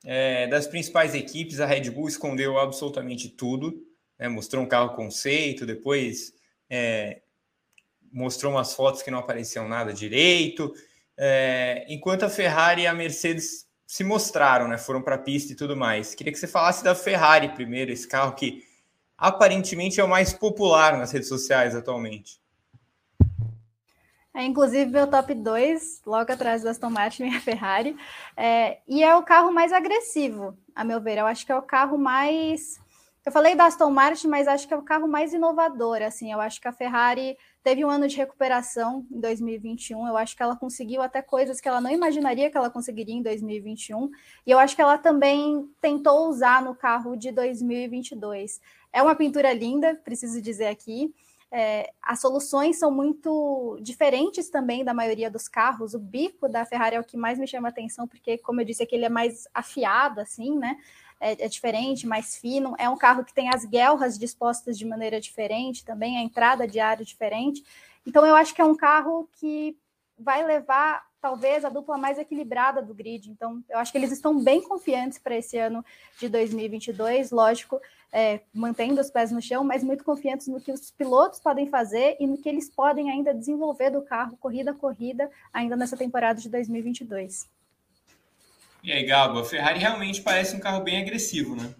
B: Das principais equipes, a Red Bull escondeu absolutamente tudo, né? Mostrou um carro conceito, depois mostrou umas fotos que não apareciam nada direito, enquanto a Ferrari e a Mercedes se mostraram, né? Foram para a pista e tudo mais. Queria que você falasse da Ferrari primeiro, esse carro que aparentemente é o mais popular nas redes sociais atualmente.
C: Inclusive, meu top 2, logo atrás do Aston Martin e a Ferrari. E é o carro mais agressivo, a meu ver. Eu acho que é o carro mais... Eu falei da Aston Martin, mas acho que é o carro mais inovador. Assim, eu acho que a Ferrari teve um ano de recuperação em 2021. Eu acho que ela conseguiu até coisas que ela não imaginaria que ela conseguiria em 2021. E eu acho que ela também tentou usar no carro de 2022. É uma pintura linda, preciso dizer aqui. As soluções são muito diferentes também da maioria dos carros. O bico da Ferrari é o que mais me chama a atenção, porque, como eu disse, aqui ele é mais afiado, assim, né? É diferente, mais fino. É um carro que tem as guelras dispostas de maneira diferente também, a entrada de ar diferente. Então, eu acho que é um carro que vai levar, talvez, a dupla mais equilibrada do grid. Então, eu acho que eles estão bem confiantes para esse ano de 2022, lógico, mantendo os pés no chão, mas muito confiantes no que os pilotos podem fazer e no que eles podem ainda desenvolver do carro, corrida a corrida, ainda nessa temporada de 2022.
B: E aí, Gabo, a Ferrari realmente parece um carro bem agressivo, né?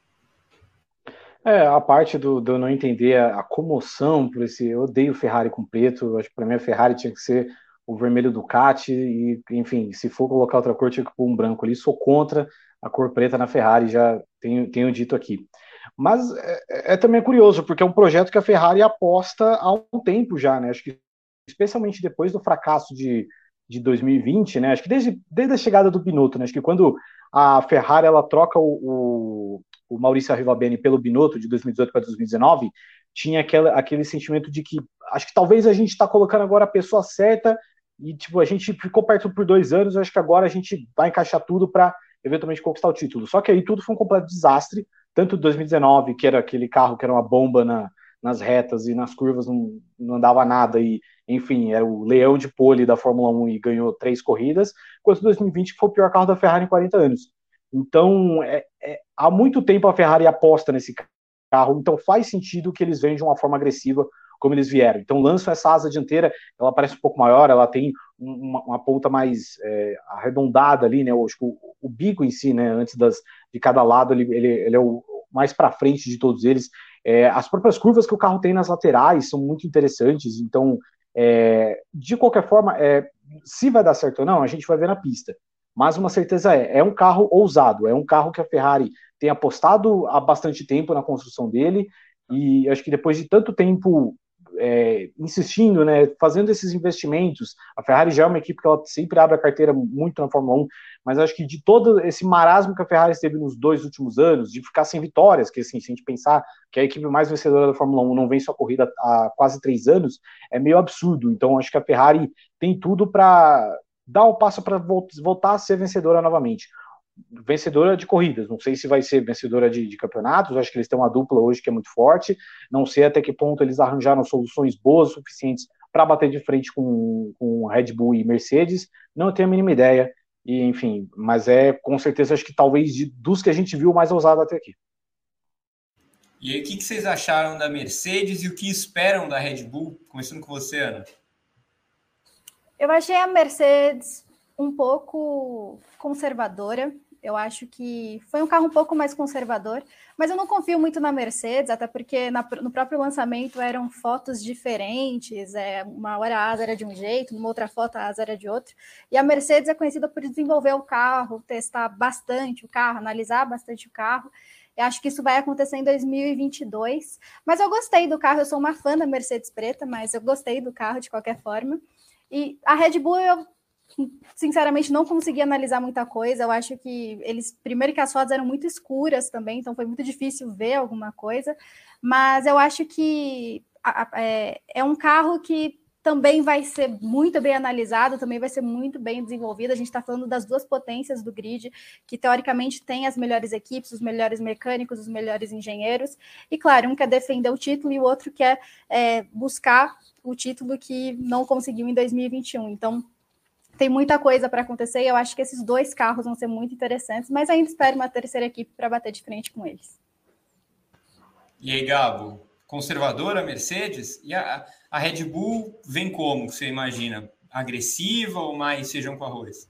D: A parte do eu não entender a comoção por esse... Eu odeio Ferrari com preto, eu acho que para mim a Ferrari tinha que ser o vermelho Ducati e, enfim, se for colocar outra cor, tinha que pôr um branco ali. Sou contra a cor preta na Ferrari, já tenho dito aqui. Mas também curioso, porque é um projeto que a Ferrari aposta há um tempo já, né? Acho que especialmente depois do fracasso de 2020, né? Acho que desde a chegada do Binotto, né? Acho que quando a Ferrari ela troca o Maurício Arrivabene pelo Binotto de 2018 para 2019, tinha aquele sentimento de que acho que talvez a gente está colocando agora a pessoa certa e tipo a gente ficou perto por 2 anos, acho que agora a gente vai encaixar tudo para eventualmente conquistar o título. Só que aí tudo foi um completo desastre, tanto 2019, que era aquele carro que era uma bomba nas retas e nas curvas não andava nada e enfim, era o leão de pole da Fórmula 1 e ganhou 3 corridas, enquanto 2020 que foi o pior carro da Ferrari em 40 anos. Então, há muito tempo a Ferrari aposta nesse carro, então faz sentido que eles venham de uma forma agressiva como eles vieram. Então, lançam essa asa dianteira, ela parece um pouco maior, ela tem uma ponta mais arredondada ali, né? Acho que o bico em si, né? Antes de cada lado, ele é o mais para frente de todos eles. As próprias curvas que o carro tem nas laterais são muito interessantes, então, de qualquer forma, se vai dar certo ou não, a gente vai ver na pista. Mas uma certeza é um carro ousado, é um carro que a Ferrari tem apostado há bastante tempo na construção dele, e acho que depois de tanto tempo insistindo, né, fazendo esses investimentos, a Ferrari já é uma equipe que ela sempre abre a carteira muito na Fórmula 1, mas acho que de todo esse marasmo que a Ferrari esteve nos 2 últimos anos, de ficar sem vitórias, que assim, se a gente pensar que a equipe mais vencedora da Fórmula 1 não vence a corrida há quase 3 anos, é meio absurdo. Então acho que a Ferrari tem tudo para dar o passo para voltar a ser vencedora novamente. Vencedora de corridas, não sei se vai ser vencedora de campeonatos, acho que eles têm uma dupla hoje que é muito forte, não sei até que ponto eles arranjaram soluções boas o suficientes para bater de frente com Red Bull e Mercedes, não tenho a mínima ideia, e enfim, mas com certeza acho que talvez dos que a gente viu mais ousado até aqui.
B: E aí, o que vocês acharam da Mercedes e o que esperam da Red Bull? Começando com você, Ana.
C: Eu achei a Mercedes um pouco conservadora. Eu acho que foi um carro um pouco mais conservador, mas eu não confio muito na Mercedes, até porque no próprio lançamento eram fotos diferentes, uma hora a asa era de um jeito, numa outra foto a asa era de outro, e a Mercedes é conhecida por desenvolver o carro, testar bastante o carro, analisar bastante o carro. Eu acho que isso vai acontecer em 2022, mas eu gostei do carro, eu sou uma fã da Mercedes preta, mas eu gostei do carro de qualquer forma. E a Red Bull, eu sinceramente não consegui analisar muita coisa. Eu acho que primeiro que as fotos eram muito escuras também, então foi muito difícil ver alguma coisa, mas eu acho que é um carro que também vai ser muito bem analisado, também vai ser muito bem desenvolvido. A gente está falando das 2 potências do grid, que teoricamente tem as melhores equipes, os melhores mecânicos, os melhores engenheiros, e claro, um quer defender o título e o outro quer buscar o título que não conseguiu em 2021. Então, tem muita coisa para acontecer e eu acho que esses 2 carros vão ser muito interessantes, mas ainda espero uma terceira equipe para bater de frente com eles.
B: E aí, Gabo, conservadora a Mercedes? E a Red Bull vem como, você imagina? Agressiva ou mais feijão com arroz?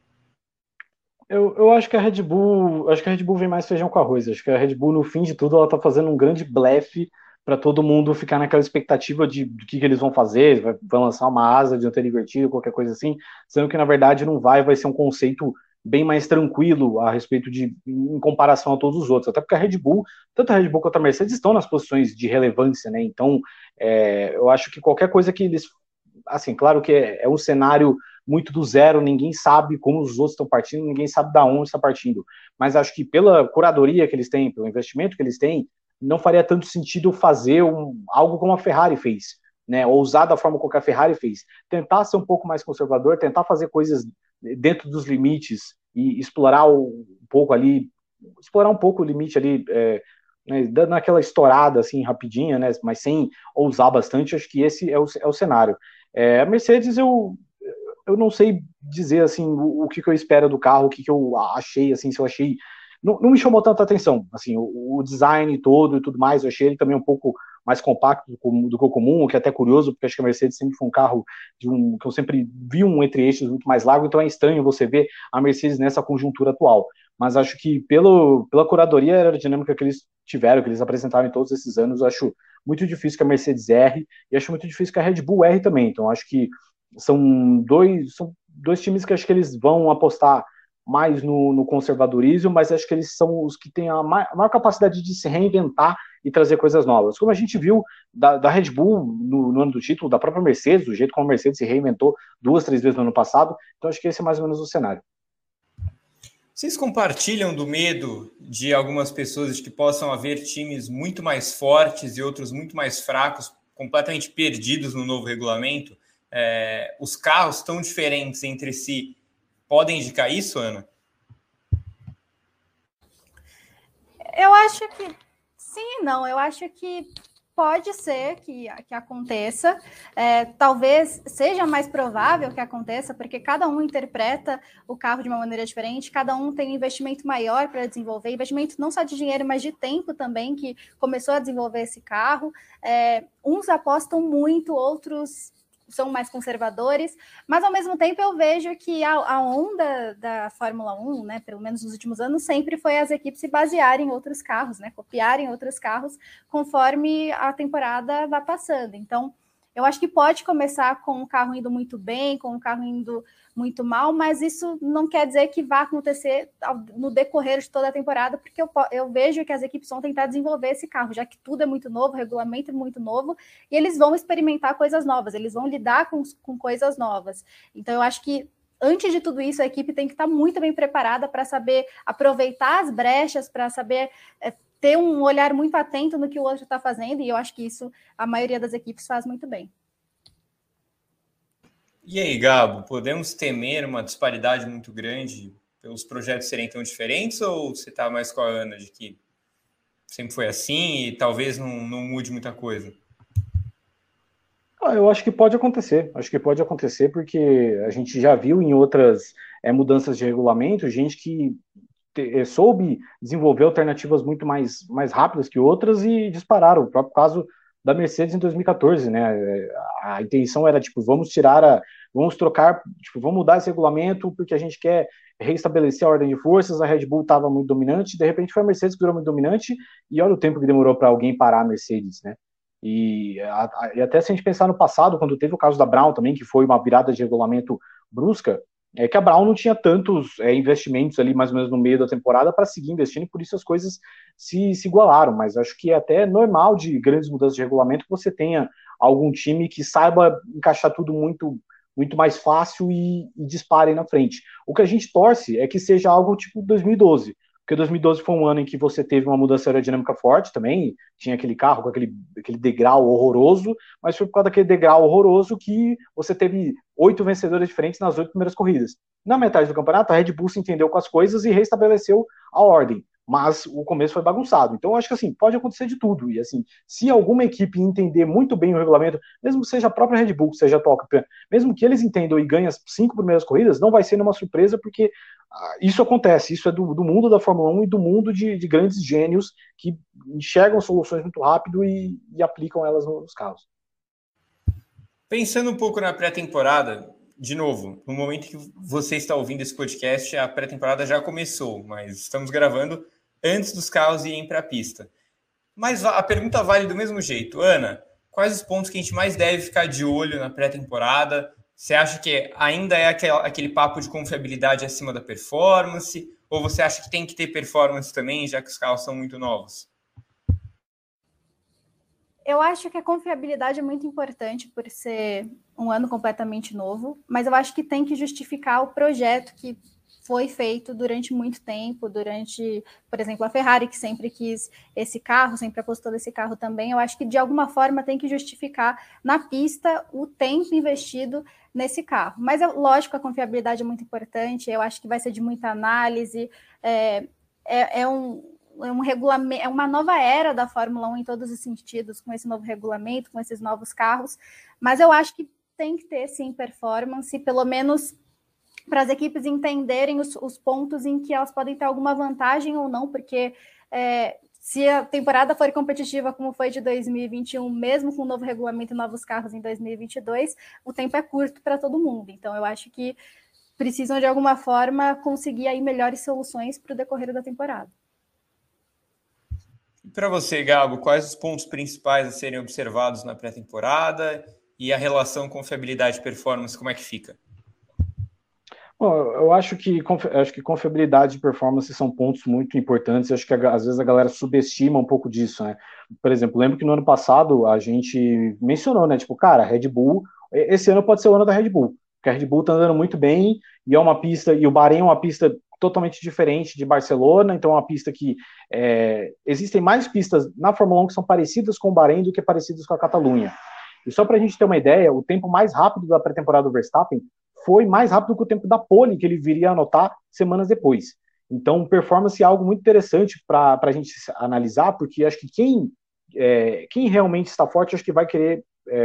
D: Eu acho que a Red Bull vem mais feijão com arroz. Acho que a Red Bull, no fim de tudo, ela tá fazendo um grande blefe para todo mundo ficar naquela expectativa do que eles vão fazer, vão lançar uma asa dianteira invertida, qualquer coisa assim, sendo que na verdade não vai ser um conceito bem mais tranquilo a respeito em comparação a todos os outros, até porque a Red Bull, tanto a Red Bull quanto a Mercedes estão nas posições de relevância, né? Então, eu acho que qualquer coisa que eles, assim, claro que é um cenário muito do zero, ninguém sabe como os outros estão partindo, ninguém sabe da onde está partindo, mas acho que pela curadoria que eles têm, pelo investimento que eles têm, não faria tanto sentido fazer algo como a Ferrari fez, né? Ou usar da forma como a Ferrari fez. Tentar ser um pouco mais conservador, tentar fazer coisas dentro dos limites e explorar um pouco o limite ali, né, dando aquela estourada assim rapidinha, né? Mas sem ousar bastante. Acho que esse é o cenário. A Mercedes, eu não sei dizer assim o que eu espero do carro, o que eu achei, assim, se eu achei. Não me chamou tanta atenção, assim, o design todo e tudo mais, eu achei ele também um pouco mais compacto do que o comum, o que é até curioso, porque acho que a Mercedes sempre foi um carro que eu sempre vi um entre-eixos muito mais largo, então é estranho você ver a Mercedes nessa conjuntura atual. Mas acho que pela curadoria aerodinâmica que eles tiveram, que eles apresentaram em todos esses anos, acho muito difícil que a Mercedes erre, e acho muito difícil que a Red Bull erre também, então acho que são dois times que acho que eles vão apostar mais no conservadorismo, mas acho que eles são os que têm a maior capacidade de se reinventar e trazer coisas novas. Como a gente viu da Red Bull no ano do título, da própria Mercedes, do jeito como a Mercedes se reinventou 2, 3 vezes no ano passado, então acho que esse é mais ou menos o cenário.
B: Vocês compartilham do medo de algumas pessoas de que possam haver times muito mais fortes e outros muito mais fracos, completamente perdidos no novo regulamento? Os carros tão diferentes entre si podem indicar isso, Ana?
C: Eu acho que sim e não. Eu acho que pode ser que aconteça. Talvez seja mais provável que aconteça, porque cada um interpreta o carro de uma maneira diferente, cada um tem um investimento maior para desenvolver, investimento não só de dinheiro, mas de tempo também, que começou a desenvolver esse carro. Uns apostam muito, outros são mais conservadores, mas ao mesmo tempo eu vejo que a onda da Fórmula 1, né, pelo menos nos últimos anos, sempre foi as equipes se basearem em outros carros, né, copiarem outros carros conforme a temporada vai passando. Então, eu acho que pode começar com o carro indo muito bem, com o carro indo muito mal, mas isso não quer dizer que vai acontecer no decorrer de toda a temporada, porque eu vejo que as equipes vão tentar desenvolver esse carro, já que tudo é muito novo, o regulamento é muito novo, e eles vão experimentar coisas novas, eles vão lidar com coisas novas. Então, eu acho que, antes de tudo isso, a equipe tem que estar muito bem preparada para saber aproveitar as brechas, para saber ter um olhar muito atento no que o outro está fazendo, e eu acho que isso a maioria das equipes faz muito bem.
B: E aí, Gabo, podemos temer uma disparidade muito grande pelos projetos serem tão diferentes, ou você está mais com a Ana de que sempre foi assim e talvez não mude muita coisa?
D: Eu acho que pode acontecer. Acho que pode acontecer porque a gente já viu em outras mudanças de regulamento gente que soube desenvolver alternativas muito mais rápidas que outras e dispararam. O próprio caso da Mercedes em 2014, né? A intenção era, tipo, vamos trocar, tipo, vamos mudar esse regulamento porque a gente quer reestabelecer a ordem de forças. A Red Bull estava muito dominante, de repente foi a Mercedes que virou muito dominante, e olha o tempo que demorou para alguém parar a Mercedes, né? E até se a gente pensar no passado, quando teve o caso da Brown também, que foi uma virada de regulamento brusca, que a Brown não tinha tantos investimentos ali mais ou menos no meio da temporada para seguir investindo, e por isso as coisas se igualaram, mas acho que é até normal de grandes mudanças de regulamento que você tenha algum time que saiba encaixar tudo muito, muito mais fácil e dispare na frente. O que a gente torce é que seja algo tipo 2012, porque 2012 foi um ano em que você teve uma mudança aerodinâmica forte também, tinha aquele carro com aquele degrau horroroso, mas foi por causa daquele degrau horroroso que você teve 8 vencedores diferentes nas 8 primeiras corridas. Na metade do campeonato, a Red Bull se entendeu com as coisas e restabeleceu a ordem. mas o começo foi bagunçado. Então, eu acho que assim, pode acontecer de tudo. E assim, se alguma equipe entender muito bem o regulamento, mesmo que seja a própria Red Bull, que seja a atual campeã, mesmo que eles entendam e ganhem as 5 primeiras corridas, não vai ser nenhuma surpresa, porque isso acontece, isso é do mundo da Fórmula 1 e do mundo de grandes gênios que enxergam soluções muito rápido e aplicam elas nos carros.
B: Pensando um pouco na pré-temporada, de novo, no momento que você está ouvindo esse podcast, a pré-temporada já começou, mas estamos gravando antes dos carros irem para a pista. Mas a pergunta vale do mesmo jeito. Ana, quais os pontos que a gente mais deve ficar de olho na pré-temporada? Você acha que ainda é aquele papo de confiabilidade acima da performance? Ou você acha que tem que ter performance também, já que os carros são muito novos?
C: Eu acho que a confiabilidade é muito importante por ser um ano completamente novo, mas eu acho que tem que justificar o projeto que foi feito durante muito tempo, por exemplo, a Ferrari, que sempre quis esse carro, sempre apostou nesse carro também. Eu acho que, de alguma forma, tem que justificar na pista o tempo investido nesse carro. Mas, lógico, a confiabilidade é muito importante, eu acho que vai ser de muita análise, é um regulamento, é uma nova era da Fórmula 1 em todos os sentidos, com esse novo regulamento, com esses novos carros, mas eu acho que tem que ter, sim, performance, pelo menos para as equipes entenderem os pontos em que elas podem ter alguma vantagem ou não, porque se a temporada for competitiva como foi de 2021, mesmo com o novo regulamento e novos carros em 2022, o tempo é curto para todo mundo. Então, eu acho que precisam, de alguma forma, conseguir aí melhores soluções para o decorrer da temporada.
B: E para você, Gabo, quais os pontos principais a serem observados na pré-temporada e a relação confiabilidade e performance, como é que fica?
D: Bom, eu acho que confiabilidade e performance são pontos muito importantes. Eu acho que às vezes a galera subestima um pouco disso, né? Por exemplo, lembro que no ano passado a gente mencionou, né? Tipo, cara, a Red Bull, esse ano pode ser o ano da Red Bull, porque a Red Bull tá andando muito bem e é uma pista, e o Bahrein é uma pista totalmente diferente de Barcelona, então é uma pista que existem mais pistas na Fórmula 1 que são parecidas com o Bahrein do que parecidas com a Catalunha. E só para a gente ter uma ideia, o tempo mais rápido da pré-temporada do Verstappen foi mais rápido que o tempo da pole que ele viria a anotar semanas depois. Então, performance é algo muito interessante para a gente analisar, porque acho que quem realmente está forte, acho que vai querer,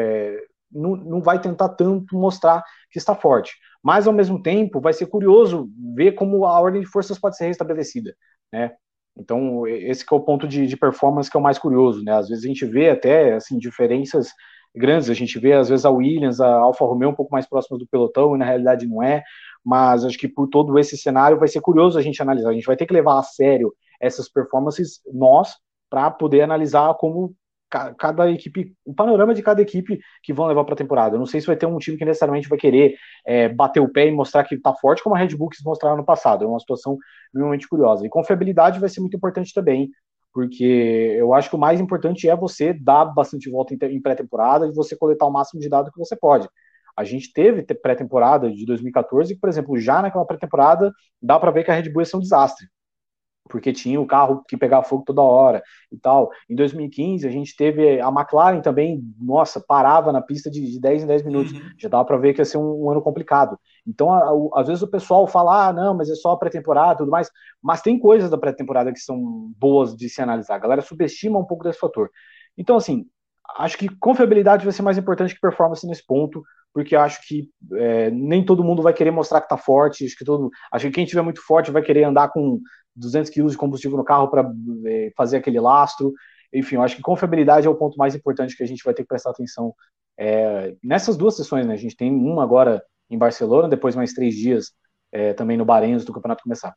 D: não vai tentar tanto mostrar que está forte. Mas, ao mesmo tempo, vai ser curioso ver como a ordem de forças pode ser restabelecida, né? Então, esse que é o ponto de performance que é o mais curioso, né? Às vezes a gente vê até, assim, diferenças grandes, a gente vê às vezes a Williams, a Alfa Romeo um pouco mais próximas do pelotão, e na realidade não é, mas acho que por todo esse cenário vai ser curioso a gente analisar, a gente vai ter que levar a sério essas performances, para poder analisar como cada equipe, o panorama de cada equipe que vão levar para a temporada. Eu não sei se vai ter um time que necessariamente vai querer bater o pé e mostrar que está forte, como a Red Bull quis mostrar no passado, é uma situação realmente curiosa, e confiabilidade vai ser muito importante também, porque eu acho que o mais importante é você dar bastante volta em pré-temporada e você coletar o máximo de dados que você pode. A gente teve pré-temporada de 2014 que, por exemplo, já naquela pré-temporada dá para ver que a Red Bull ia ser um desastre, porque tinha o carro que pegava fogo toda hora e tal. Em 2015, a gente teve a McLaren também, nossa, parava na pista de 10 em 10 minutos. Já dava para ver que ia ser um ano complicado. Então, às vezes o pessoal fala, não, mas é só pré-temporada e tudo mais, mas tem coisas da pré-temporada que são boas de se analisar. A galera subestima um pouco desse fator. Então, assim, acho que confiabilidade vai ser mais importante que performance nesse ponto, porque acho que nem todo mundo vai querer mostrar que tá forte, acho que quem tiver muito forte vai querer andar com 200 quilos de combustível no carro para fazer aquele lastro. Enfim, eu acho que confiabilidade é o ponto mais importante que a gente vai ter que prestar atenção nessas duas sessões, né? A gente tem uma agora em Barcelona, depois mais 3 dias também no Bahrein, antes do campeonato começar.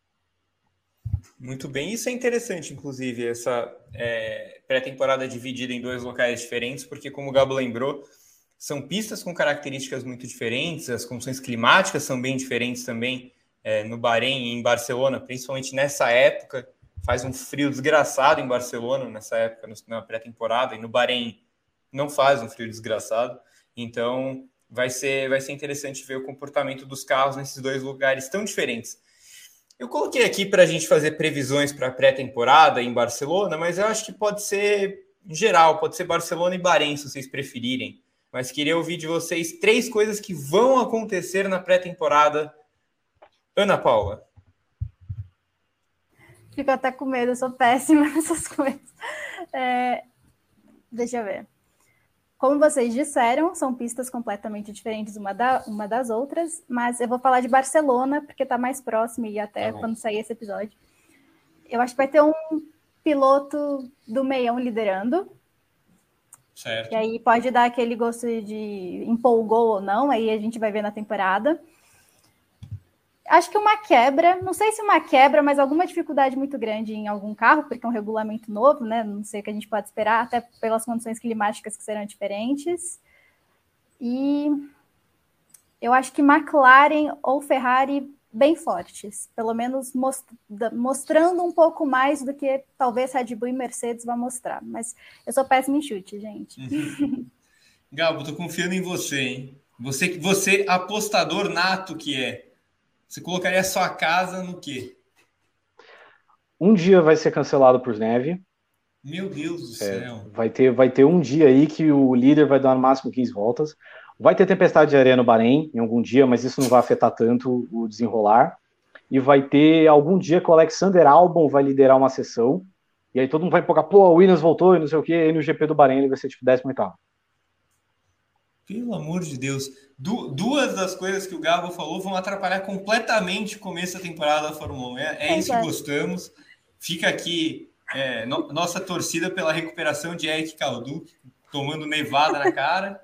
B: Muito bem, isso é interessante, inclusive, essa pré-temporada dividida em 2 locais diferentes, porque, como o Gabo lembrou, são pistas com características muito diferentes, as condições climáticas são bem diferentes também no Bahrein e em Barcelona, principalmente nessa época. Faz um frio desgraçado em Barcelona nessa época, na pré-temporada, e no Bahrein não faz um frio desgraçado. Então, vai ser interessante ver o comportamento dos carros nesses 2 lugares tão diferentes. Eu coloquei aqui para a gente fazer previsões para a pré-temporada em Barcelona, mas eu acho que pode ser, em geral, pode ser Barcelona e Bahrein, se vocês preferirem. Mas queria ouvir de vocês 3 coisas que vão acontecer na pré-temporada. Ana Paula.
C: Fico até com medo, eu sou péssima nessas coisas. Deixa eu ver. Como vocês disseram, são pistas completamente diferentes uma das outras, mas eu vou falar de Barcelona, porque está mais próximo e até quando sair esse episódio. Eu acho que vai ter um piloto do meião liderando.
B: Certo.
C: E aí pode dar aquele gosto de empolgou ou não, aí a gente vai ver na temporada. Acho que uma quebra, não sei se uma quebra, mas alguma dificuldade muito grande em algum carro, porque é um regulamento novo, né? Não sei o que a gente pode esperar, até pelas condições climáticas que serão diferentes. E eu acho que McLaren ou Ferrari bem fortes, pelo menos mostrando um pouco mais do que talvez Red Bull e Mercedes vão mostrar. Mas eu sou péssima em chute, gente.
B: Gabo, tô confiando em você, hein? Você apostador nato que é. Você colocaria a sua casa no quê?
D: Um dia vai ser cancelado por neve.
B: Meu Deus do céu.
D: Vai ter um dia aí que o líder vai dar no máximo 15 voltas. Vai ter tempestade de areia no Bahrein em algum dia, mas isso não vai afetar tanto o desenrolar. E vai ter algum dia que o Alexander Albon vai liderar uma sessão. E aí todo mundo vai empolgar, pô, o Williams voltou e não sei o quê. E aí no GP do Bahrein ele vai ser tipo 18º.
B: Pelo amor de Deus. Duas das coisas que o Gabo falou vão atrapalhar completamente o começo da temporada da Fórmula 1. É isso que gostamos. Fica aqui nossa torcida pela recuperação de Eric Caldu, tomando nevada na cara.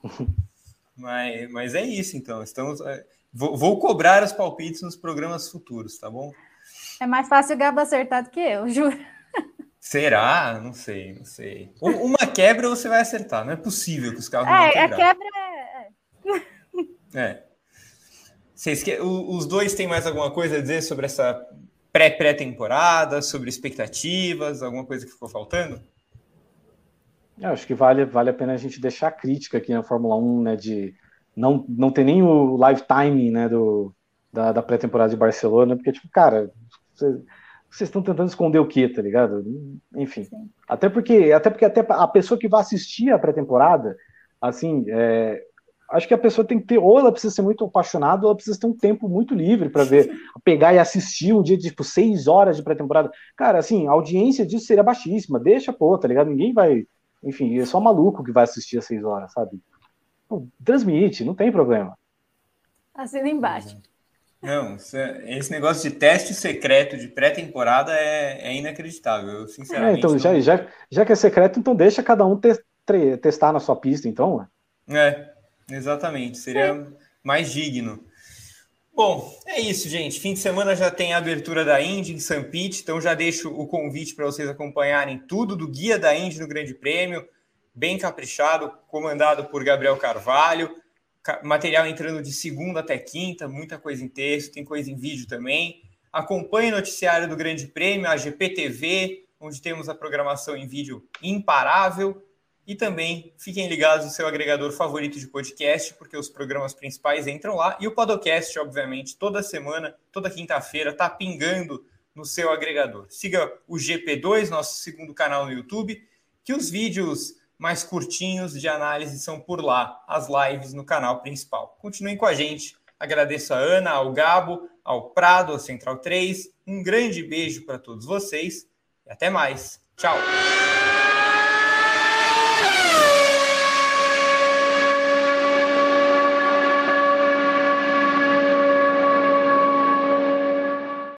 B: Mas é isso, então. Vou cobrar os palpites nos programas futuros, tá bom?
C: É mais fácil o Gabo acertar do que eu, juro.
B: Será? Não sei. Uma quebra você vai acertar. Não é possível que os carros não vão quebrar.
C: A quebra
B: Os dois têm mais alguma coisa a dizer sobre essa pré-temporada, sobre expectativas, alguma coisa que ficou faltando?
D: Eu acho que vale a pena a gente deixar a crítica aqui na Fórmula 1, né, de não ter nem o lifetime, né, da pré-temporada de Barcelona, porque, tipo, cara, vocês estão tentando esconder o quê, tá ligado? Enfim. Sim. Até porque até a pessoa que vai assistir a pré-temporada, assim, acho que a pessoa tem que ter, ou ela precisa ser muito apaixonada, ou ela precisa ter um tempo muito livre para pegar e assistir um dia de, tipo, 6 horas de pré-temporada. Cara, assim, a audiência disso seria baixíssima, deixa, pô, tá ligado? Ninguém vai, enfim, é só maluco que vai assistir às 6 horas, sabe? Pô, transmite, não tem problema.
C: Assina embaixo.
B: Não, esse negócio de teste secreto de pré-temporada é inacreditável, eu sinceramente.
D: Então, já que é secreto, então deixa cada um testar na sua pista, então.
B: Exatamente, seria mais digno. Bom, é isso, gente. Fim de semana já tem a abertura da Indy em St. Pete, então já deixo o convite para vocês acompanharem tudo do guia da Indy no Grande Prêmio, bem caprichado, comandado por Gabriel Carvalho. Material entrando de segunda até quinta, muita coisa em texto, tem coisa em vídeo também. Acompanhe o noticiário do Grande Prêmio, a GPTV, onde temos a programação em vídeo imparável. E também fiquem ligados no seu agregador favorito de podcast, porque os programas principais entram lá. E o Padocast, obviamente, toda semana, toda quinta-feira, está pingando no seu agregador. Siga o GP2, nosso segundo canal no YouTube, que os vídeos mais curtinhos de análise são por lá, as lives no canal principal. Continuem com a gente. Agradeço a Ana, ao Gabo, ao Prado, ao Central 3. Um grande beijo para todos vocês e até mais. Tchau!